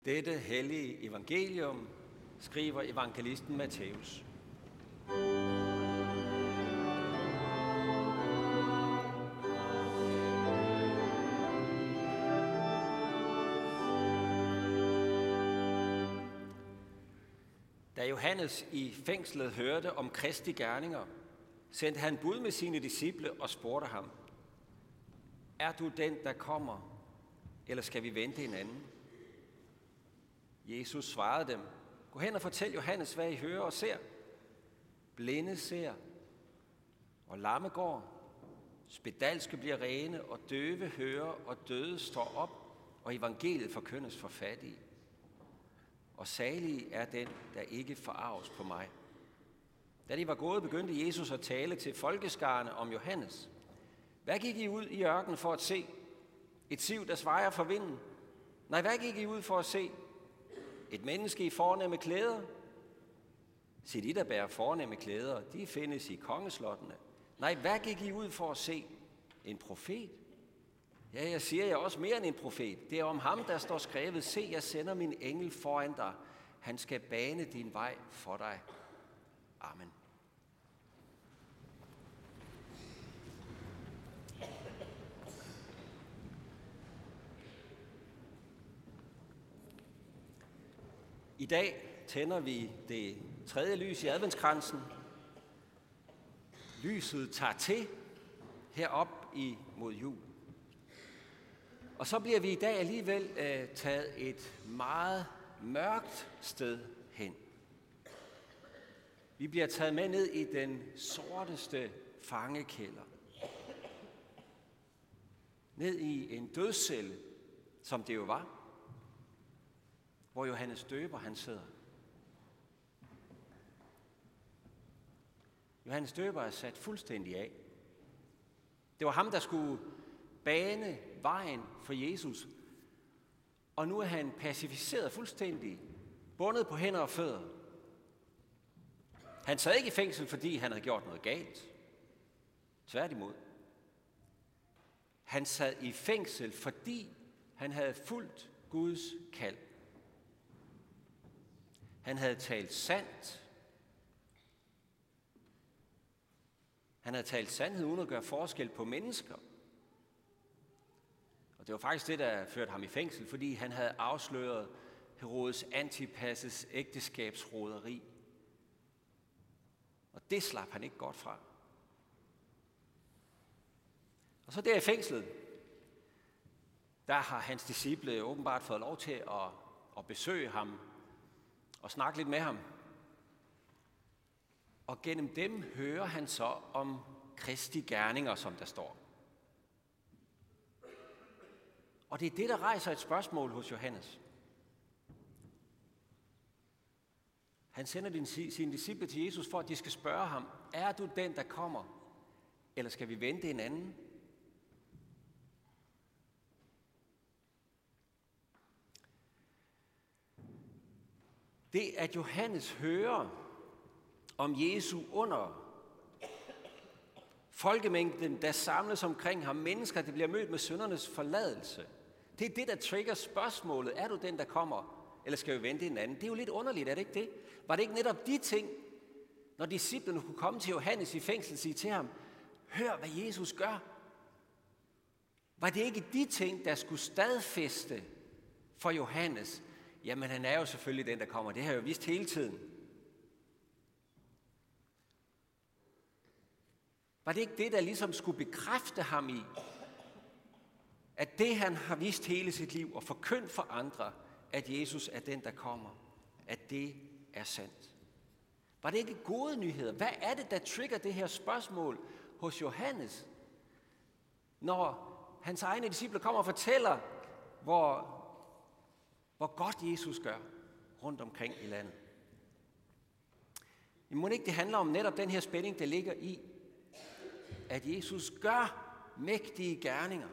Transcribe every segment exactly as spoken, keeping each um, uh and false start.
Dette hellige evangelium skriver evangelisten Matthæus. Da Johannes i fængslet hørte om Kristi gerninger, sendte han bud med sine disciple og spurgte ham: Er du den, der kommer, eller skal vi vente en anden? Jesus svarede dem: Gå hen og fortæl Johannes, hvad I hører og ser. Blinde ser, og lamme går, spedalske bliver rene, og døve hører, og døde står op, og evangeliet forkyndes for fattige. Og salig er den, der ikke forarves på mig. Da de var gået, begyndte Jesus at tale til folkeskarne om Johannes. Hvad gik I ud i ørkenen for at se? Et siv, der svejer for vinden? Nej, hvad gik I ud for at se? Et menneske i fornemme klæder? Se, de, der bærer fornemme klæder, de findes i kongeslottene. Nej, hvad gik I ud for at se? En profet? Ja, jeg siger jer også mere end en profet. Det er om ham, der står skrevet: Se, jeg sender min engel foran dig. Han skal bane din vej for dig. Amen. I dag tænder vi det tredje lys i adventskransen. Lyset tager til herop imod jul. Og så bliver vi i dag alligevel øh, taget et meget mørkt sted hen. Vi bliver taget med ned i den sorteste fangekælder. Ned i en dødscelle, som det jo var, hvor Johannes Døber han sidder. Johannes Døber er sat fuldstændig af. Det var ham, der skulle bane vejen for Jesus. Og nu er han pacificeret fuldstændig, bundet på hænder og fødder. Han sad ikke i fængsel, fordi han havde gjort noget galt. Tværtimod. Han sad i fængsel, fordi han havde fulgt Guds kald. Han havde talt sandt. Han havde talt sandhed uden at gøre forskel på mennesker. Og det var faktisk det, der førte ham i fængsel, fordi han havde afsløret Herodes Antipasses ægteskabsroderi. Og det slap han ikke godt fra. Og så der i fængslet, der har hans disciple åbenbart fået lov til at, at besøge ham og snakke lidt med ham. Og gennem dem hører han så om Kristi gerninger, som der står. Og det er det, der rejser et spørgsmål hos Johannes. Han sender sine disciple til Jesus for, at de skal spørge ham: Er du den, der kommer, eller skal vi vente en anden? Det, at Johannes hører om Jesu under, folkemængden, der samles omkring ham, mennesker, der bliver mødt med syndernes forladelse, det er det, der trigger spørgsmålet: er du den, der kommer, eller skal vi vente en anden? Det er jo lidt underligt, er det ikke det? Var det ikke netop de ting, når disciplene kunne komme til Johannes i fængsel og sige til ham: hør, hvad Jesus gør? Var det ikke de ting, der skulle stadfæste for Johannes? Jamen, han er jo selvfølgelig den, der kommer. Det har jeg jo vist hele tiden. Var det ikke det, der ligesom skulle bekræfte ham i, at det, han har vist hele sit liv og forkyndt for andre, at Jesus er den, der kommer, at det er sandt? Var det ikke gode nyheder? Hvad er det, der trigger det her spørgsmål hos Johannes, når hans egne disciple kommer og fortæller, hvor, hvor godt Jesus gør rundt omkring i landet? Men må ikke det handler om netop den her spænding, der ligger i, at Jesus gør mægtige gerninger.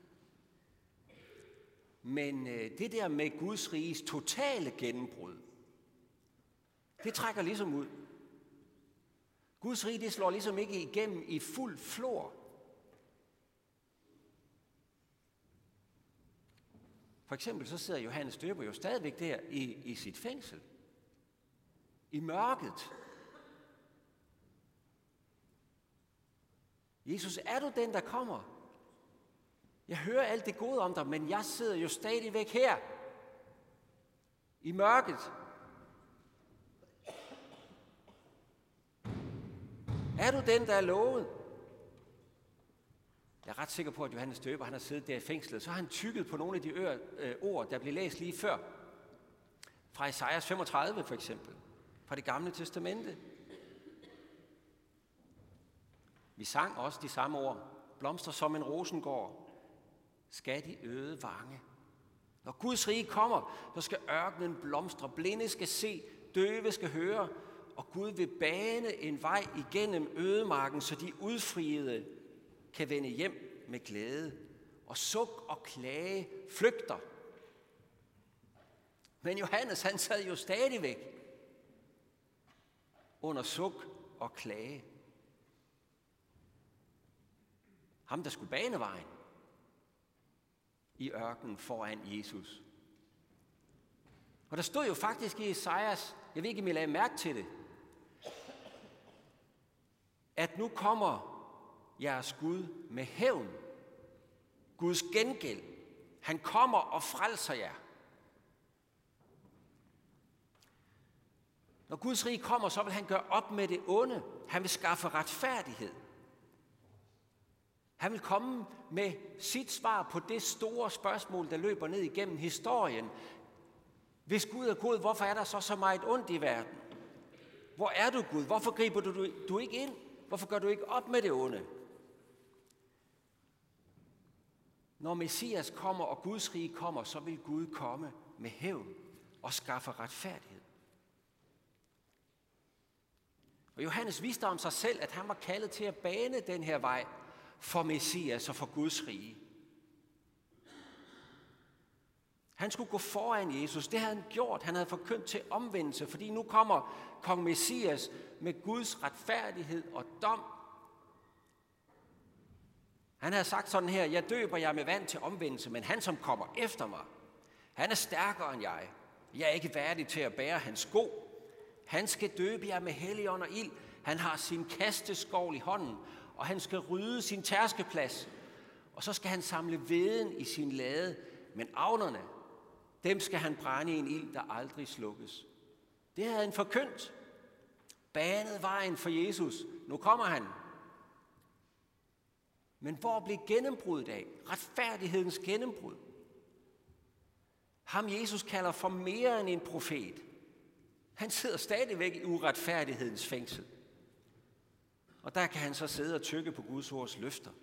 Men det der med Guds riges totale gennembrud, det trækker ligesom ud. Guds rige, det slår ligesom ikke igennem i fuld flor. For eksempel så sidder Johannes Døber jo stadigvæk der i, i sit fængsel. I mørket. Jesus, er du den, der kommer? Jeg hører alt det gode om dig, men jeg sidder jo stadigvæk her. I mørket. Er du den, der er lovet? Jeg er ret sikker på, at Johannes Døber, han har siddet der i fængslet, så har han tykket på nogle af de ør, øh, ord, der blev læst lige før. Fra Esajas femogtredive for eksempel. Fra det gamle testamente. Vi sang også de samme ord. Blomster som en rosengård. Skal de øde vange. Når Guds rige kommer, så skal ørkenen blomstre. Blinde skal se, døve skal høre. Og Gud vil bane en vej igennem ødemarken, så de udfriede kan vende hjem med glæde. Og suk og klage flygter. Men Johannes, han sad jo stadigvæk under suk og klage. Ham, der skulle bane vejen i ørkenen foran Jesus. Og der stod jo faktisk i Esajas, jeg ved ikke, om I lagde mærke til det, at nu kommer jeres Gud med hævn. Guds gengæld. Han kommer og frelser jer. Når Guds rige kommer, så vil han gøre op med det onde. Han vil skaffe retfærdighed. Han vil komme med sit svar på det store spørgsmål, der løber ned igennem historien. Hvis Gud er god, hvorfor er der så så meget ondt i verden? Hvor er du, Gud? Hvorfor griber du, du ikke ind? Hvorfor gør du ikke op med det onde? Når Messias kommer, og Guds rige kommer, så vil Gud komme med hævn og skaffe retfærdighed. Og Johannes vidste om sig selv, at han var kaldet til at bane den her vej for Messias og for Guds rige. Han skulle gå foran Jesus. Det havde han gjort. Han havde forkyndt til omvendelse, fordi nu kommer kong Messias med Guds retfærdighed og dom. Han havde sagt sådan her: jeg døber jer med vand til omvendelse, men han, som kommer efter mig, han er stærkere end jeg. Jeg er ikke værdig til at bære hans sko. Han skal døbe jer med helligånd og ild. Han har sin kasteskovl i hånden, og han skal rydde sin tærskeplads. Og så skal han samle veden i sin lade, men avnerne, dem skal han brænde i en ild, der aldrig slukkes. Det havde han forkyndt. Banet vejen for Jesus. Nu kommer han. Men hvor blev gennembruddet af? Retfærdighedens gennembrud. Ham Jesus kalder for mere end en profet. Han sidder stadigvæk i uretfærdighedens fængsel. Og der kan han så sidde og tykke på Guds ords løfter.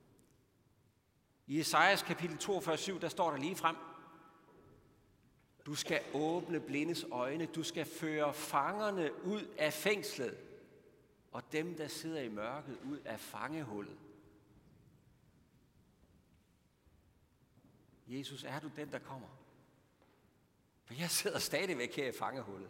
I Esajas kapitel toogfyrre syv, der står der lige frem: du skal åbne blindes øjne, du skal føre fangerne ud af fængslet, og dem, der sidder i mørket, ud af fangehullet. Jesus, er du den, der kommer? For jeg sidder stadigvæk her i fangehullet.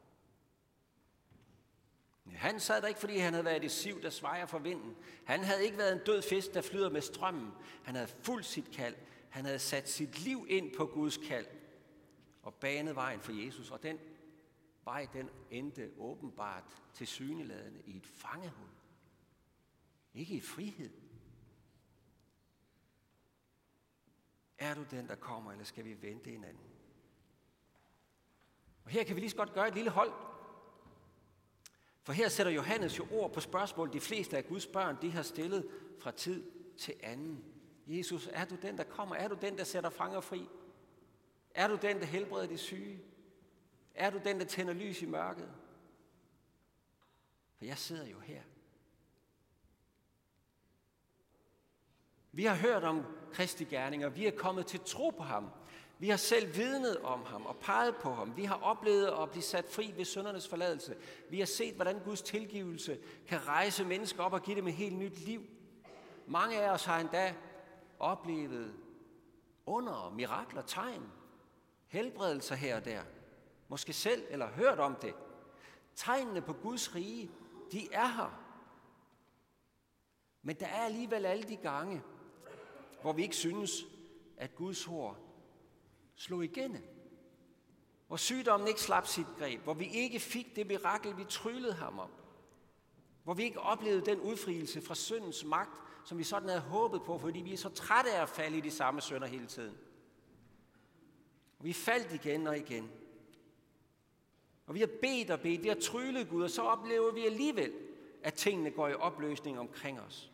Han sad der ikke, fordi han havde været et siv, der svejer for vinden. Han havde ikke været en død fisk, der flyder med strømmen. Han havde fulgt sit kald. Han havde sat sit liv ind på Guds kald og banet vejen for Jesus. Og den vej, den endte åbenbart til syneladende i et fangehul. Ikke i frihed. Er du den, der kommer, eller skal vi vente en anden? Og her kan vi lige så godt gøre et lille hold. For her sætter Johannes jo ord på spørgsmål, de fleste af Guds børn, de har stillet fra tid til anden. Jesus, er du den, der kommer? Er du den, der sætter fanger fri? Er du den, der helbreder de syge? Er du den, der tænder lys i mørket? For jeg sidder jo her. Vi har hørt om Kristi gerninger. Vi er kommet til tro på ham. Vi har selv vidnet om ham og peget på ham. Vi har oplevet at blive sat fri ved syndernes forladelse. Vi har set, hvordan Guds tilgivelse kan rejse mennesker op og give dem et helt nyt liv. Mange af os har endda oplevet under, mirakler, tegn, helbredelser her og der. Måske selv eller hørt om det. Tegnene på Guds rige, de er her. Men der er alligevel alle de gange, hvor vi ikke synes, at Guds ord slog igennem. Hvor sygdommen ikke slap sit greb. Hvor vi ikke fik det mirakel, vi tryllede ham om. Hvor vi ikke oplevede den udfrielse fra syndens magt, som vi sådan havde håbet på, fordi vi er så trætte af at falde i de samme synder hele tiden. Og vi faldt igen og igen. Og vi har bedt og bedt, vi har tryllet Gud, og så oplever vi alligevel, at tingene går i opløsning omkring os.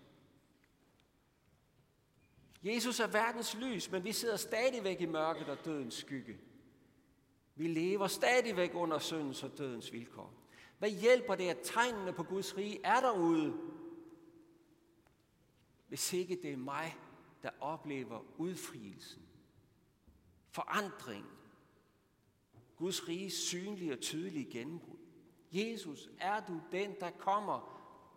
Jesus er verdens lys, men vi sidder stadigvæk i mørket og dødens skygge. Vi lever stadigvæk under syndens og dødens vilkår. Hvad hjælper det, at tegnene på Guds rige er derude, hvis ikke det er mig, der oplever udfrielsen, forandringen, Guds rige synlige og tydelige gennembrud? Jesus, er du den, der kommer?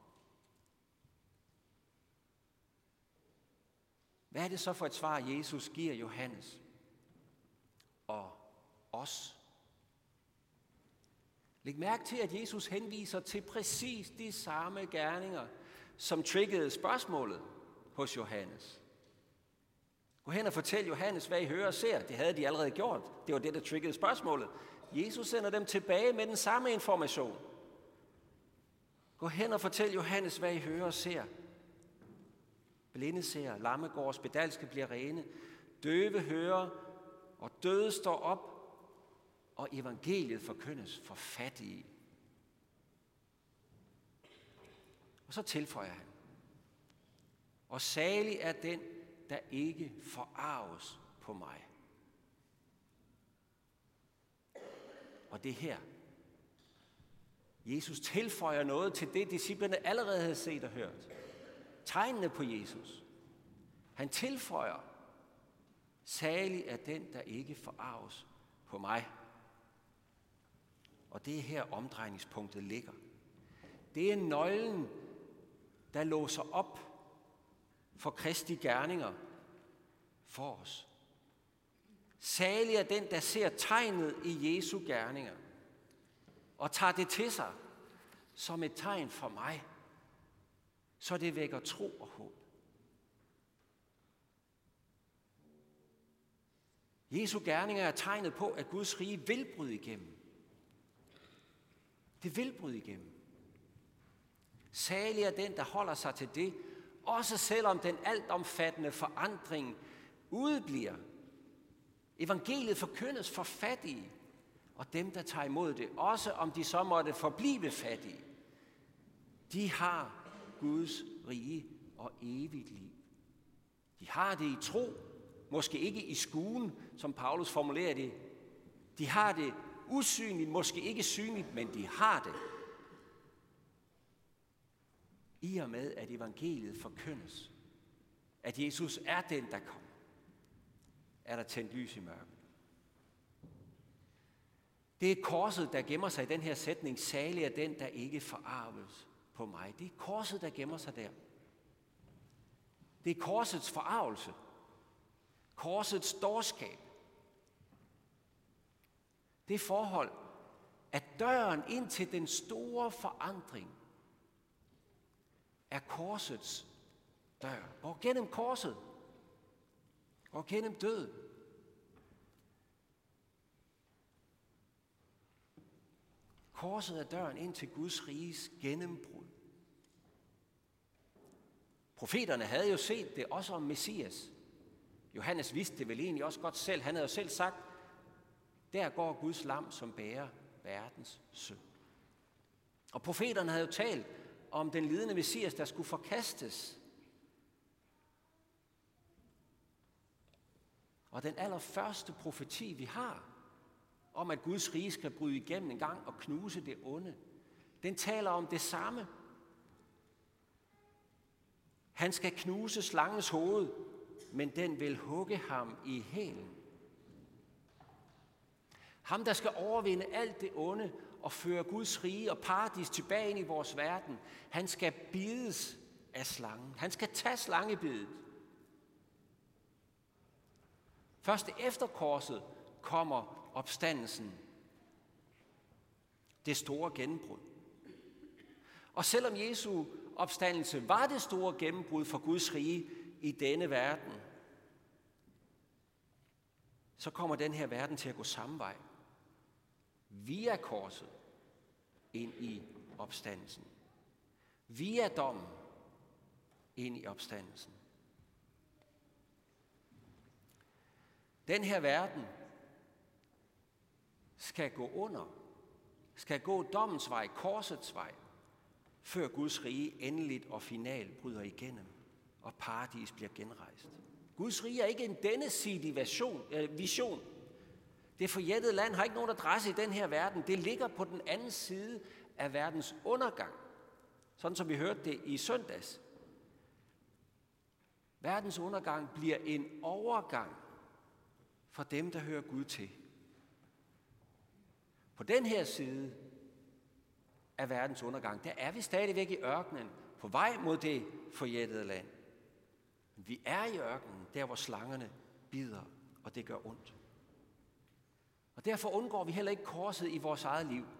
Hvad er det så for et svar, Jesus giver Johannes og os? Læg mærke til, at Jesus henviser til præcis de samme gerninger, som triggede spørgsmålet hos Johannes. Gå hen og fortæl Johannes, hvad I hører og ser. Det havde de allerede gjort. Det var det, der triggede spørgsmålet. Jesus sender dem tilbage med den samme information. Gå hen og fortæl Johannes, hvad I hører og ser. Blinde ser, lamme går, spedalske bliver rene, døve hører, og døde står op, og evangeliet forkyndes for fattige. Og så tilføjer han: og salig er den, der ikke forarves på mig. Og det her, Jesus tilføjer noget til det, disciplene allerede havde set og hørt. Tegnene på Jesus. Han tilføjer: salig er den, der ikke forarves på mig. Og det er her omdrejningspunktet ligger. Det er nøglen, der låser op for Kristi gerninger for os. Salig er den, der ser tegnet i Jesu gerninger og tager det til sig som et tegn for mig, så det vækker tro og håb. Jesu gerninger er tegnet på, at Guds rige vil bryde igennem. Det vil bryde igennem. Salig er den, der holder sig til det, også selvom den altomfattende forandring udebliver. Evangeliet forkyndes for fattige, og dem, der tager imod det, også om de så måtte forblive fattige, de har Guds rige og evigt liv. De har det i tro, måske ikke i skuen, som Paulus formulerer det. De har det usynligt, måske ikke synligt, men de har det. I og med, at evangeliet forkyndes, at Jesus er den, der kommer, er der tændt lys i mørket. Det er korset, der gemmer sig i den her sætning: salig er den, der ikke forarves på mig. Det er korset, der gemmer sig der. Det er korsets forarvelse. Korsets dårskab. Det forhold, at døren ind til den store forandring er korsets dør. Går gennem korset. Går gennem døden. Korset er døren ind til Guds riges gennembrud. Profeterne havde jo set det også om Messias. Johannes vidste det vel egentlig også godt selv. Han havde jo selv sagt: der går Guds lam, som bærer verdens synd. Og profeterne havde jo talt om den lidende Messias, der skulle forkastes. Og den allerførste profeti, vi har, om at Guds rige skal bryde igennem en gang og knuse det onde, den taler om det samme. Han skal knuse slangens hoved, men den vil hugge ham i hælen. Ham, der skal overvinde alt det onde og føre Guds rige og paradis tilbage ind i vores verden, han skal bides af slangen. Han skal tage slangebidet. Først efter korset kommer opstandelsen. Det store gennembrud. Og selvom Jesu opstandelse var det store gennembrud for Guds rige i denne verden, så kommer den her verden til at gå samme vej. Via korset ind i opstandelsen. Via dommen ind i opstandelsen. Den her verden skal gå under, skal gå dommens vej, korsets vej, før Guds rige endeligt og finalt bryder igennem, og paradis bliver genrejst. Guds rige er ikke en dennesidig vision. vision. Det forjættede land har ikke nogen adresse i den her verden. Det ligger på den anden side af verdens undergang. Sådan som vi hørte det i søndags. Verdens undergang bliver en overgang for dem, der hører Gud til. På den her side af verdens undergang, der er vi stadigvæk i ørkenen, på vej mod det forjættede land. Men vi er i ørkenen, der hvor slangerne bider, og det gør ondt. Og derfor undgår vi heller ikke korset i vores eget liv.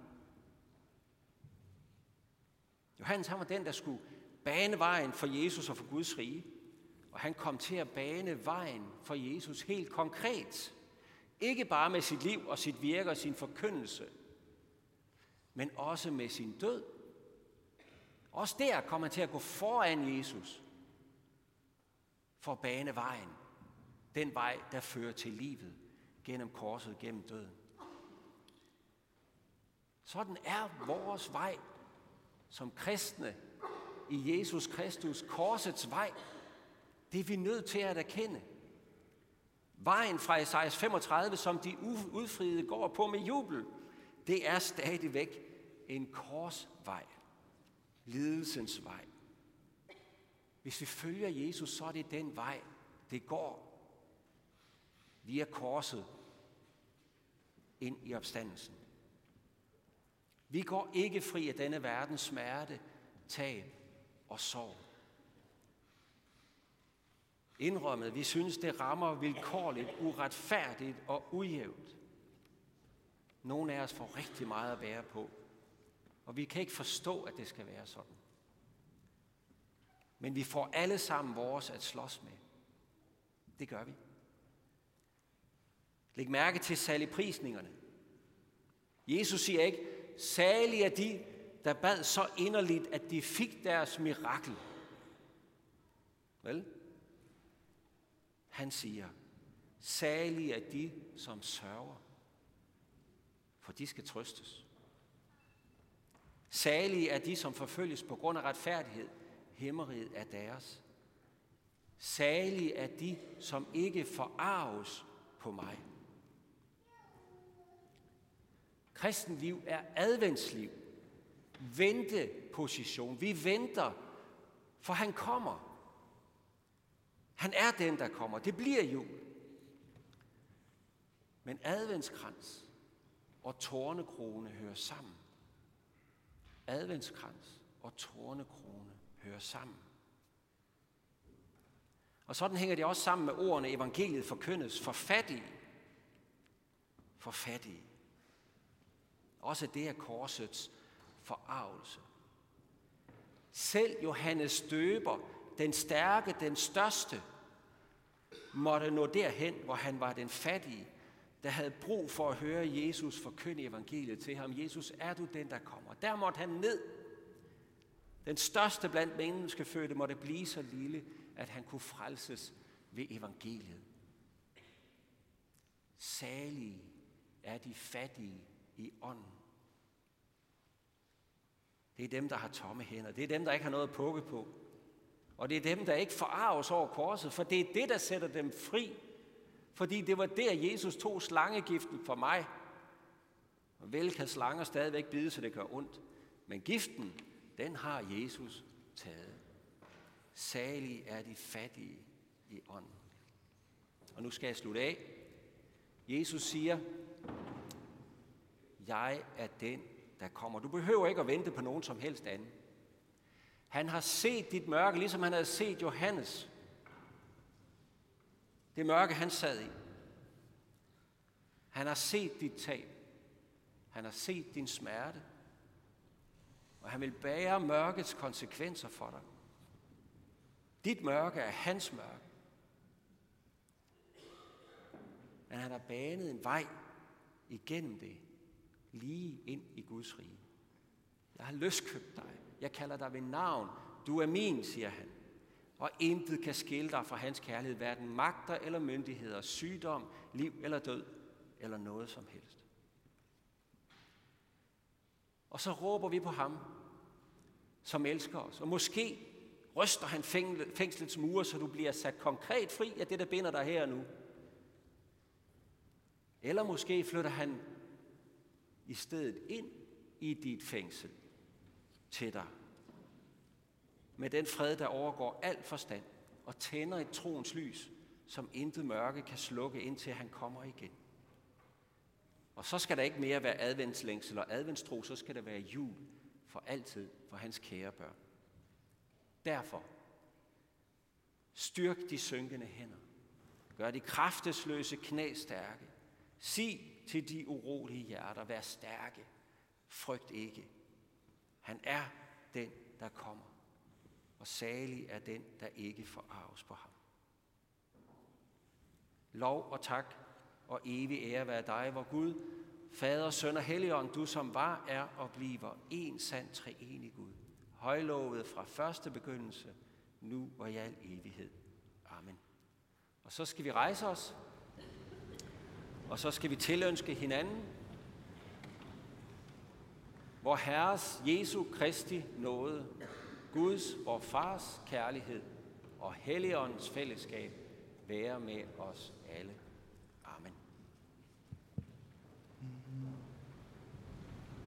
Johannes, han var den, der skulle bane vejen for Jesus og for Guds rige. Og han kom til at bane vejen for Jesus helt konkret. Ikke bare med sit liv og sit virke og sin forkyndelse, men også med sin død. Også der kom han til at gå foran Jesus for at bane vejen. Den vej, der fører til livet gennem korset, gennem døden. Sådan er vores vej som kristne i Jesus Kristus, korsets vej. Det er vi nødt til at erkende. Vejen fra Esajas femogtredive, som de udfriede går på med jubel, det er stadigvæk en korsvej. Lidelsens vej. Hvis vi følger Jesus, så er det den vej, det går via korset ind i opstandelsen. Vi går ikke fri af denne verdens smerte, tab og sorg. Indrømmet, vi synes, det rammer vilkårligt, uretfærdigt og ujævnt. Nogle af os får rigtig meget at være på, og vi kan ikke forstå, at det skal være sådan. Men vi får alle sammen vores at slås med. Det gør vi. Læg mærke til saligprisningerne. Jesus siger ikke, salige er de, der bad så inderligt, at de fik deres mirakel. Vel? Han siger, salige er de, som sørger, for de skal trøstes. Salige er de, som forfølges på grund af retfærdighed, himmeriget er deres. Salige er de, som ikke forarves på mig. Kristenliv er adventsliv. Venteposition. Vi venter, for han kommer. Han er den, der kommer. Det bliver jul. Men adventskrans og tornekrone hører sammen. Adventskrans og tornekrone hører sammen. Og sådan hænger det også sammen med ordene, evangeliet forkyndes for fattige. For fattige. Også det er korsets forarvelse. Selv Johannes Døber, den stærke, den største, måtte nå derhen, hvor han var den fattige, der havde brug for at høre Jesus forkynde evangeliet til ham. Jesus, er du den, der kommer? Der måtte han ned. Den største blandt menneskefødte måtte blive så lille, at han kunne frelses ved evangeliet. Salige er de fattige i ånden. Det er dem, der har tomme hænder. Det er dem, der ikke har noget at pukke på. Og det er dem, der ikke forarves over korset, for det er det, der sætter dem fri. Fordi det var der, Jesus tog slangegiften for mig. Og vel kan slanger stadigvæk bide, så det gør ondt. Men giften, den har Jesus taget. Salige er de fattige i ånden. Og nu skal jeg slutte af. Jesus siger, jeg er den, der kommer. Du behøver ikke at vente på nogen som helst anden. Han har set dit mørke, ligesom han havde set Johannes. Det mørke, han sad i. Han har set dit tab. Han har set din smerte. Og han vil bære mørkets konsekvenser for dig. Dit mørke er hans mørke. Men han har banet en vej igennem det, lige ind i Guds rige. Jeg har løskøbt dig. Jeg kalder dig ved navn. Du er min, siger han. Og intet kan skille dig fra hans kærlighed, hverken magter eller myndigheder, sygdom, liv eller død, eller noget som helst. Og så råber vi på ham, som elsker os. Og måske ryster han fængslets mure, så du bliver sat konkret fri af det, der binder dig her og nu. Eller måske flytter han i stedet ind i dit fængsel til dig. Med den fred, der overgår al forstand, og tænder et troens lys, som intet mørke kan slukke, indtil han kommer igen. Og så skal der ikke mere være adventslængsel og adventstro, så skal der være jul for altid for hans kære børn. Derfor, styrk de synkende hænder. Gør de kraftesløse knæ stærke. Sig til de urolige hjerter, vær stærke. Frygt ikke. Han er den, der kommer. Og salig er den, der ikke forarves på ham. Lov og tak og evig ære være dig, vor Gud, Fader, Søn og Helligånd, du som var, er og bliver en sand treenig Gud. Højlovet fra første begyndelse, nu og i al evighed. Amen. Og så skal vi rejse os, og så skal vi tilønske hinanden, vor Herres Jesu Kristi nåde, Guds, vor Fars kærlighed og Helligåndens fællesskab være med os alle.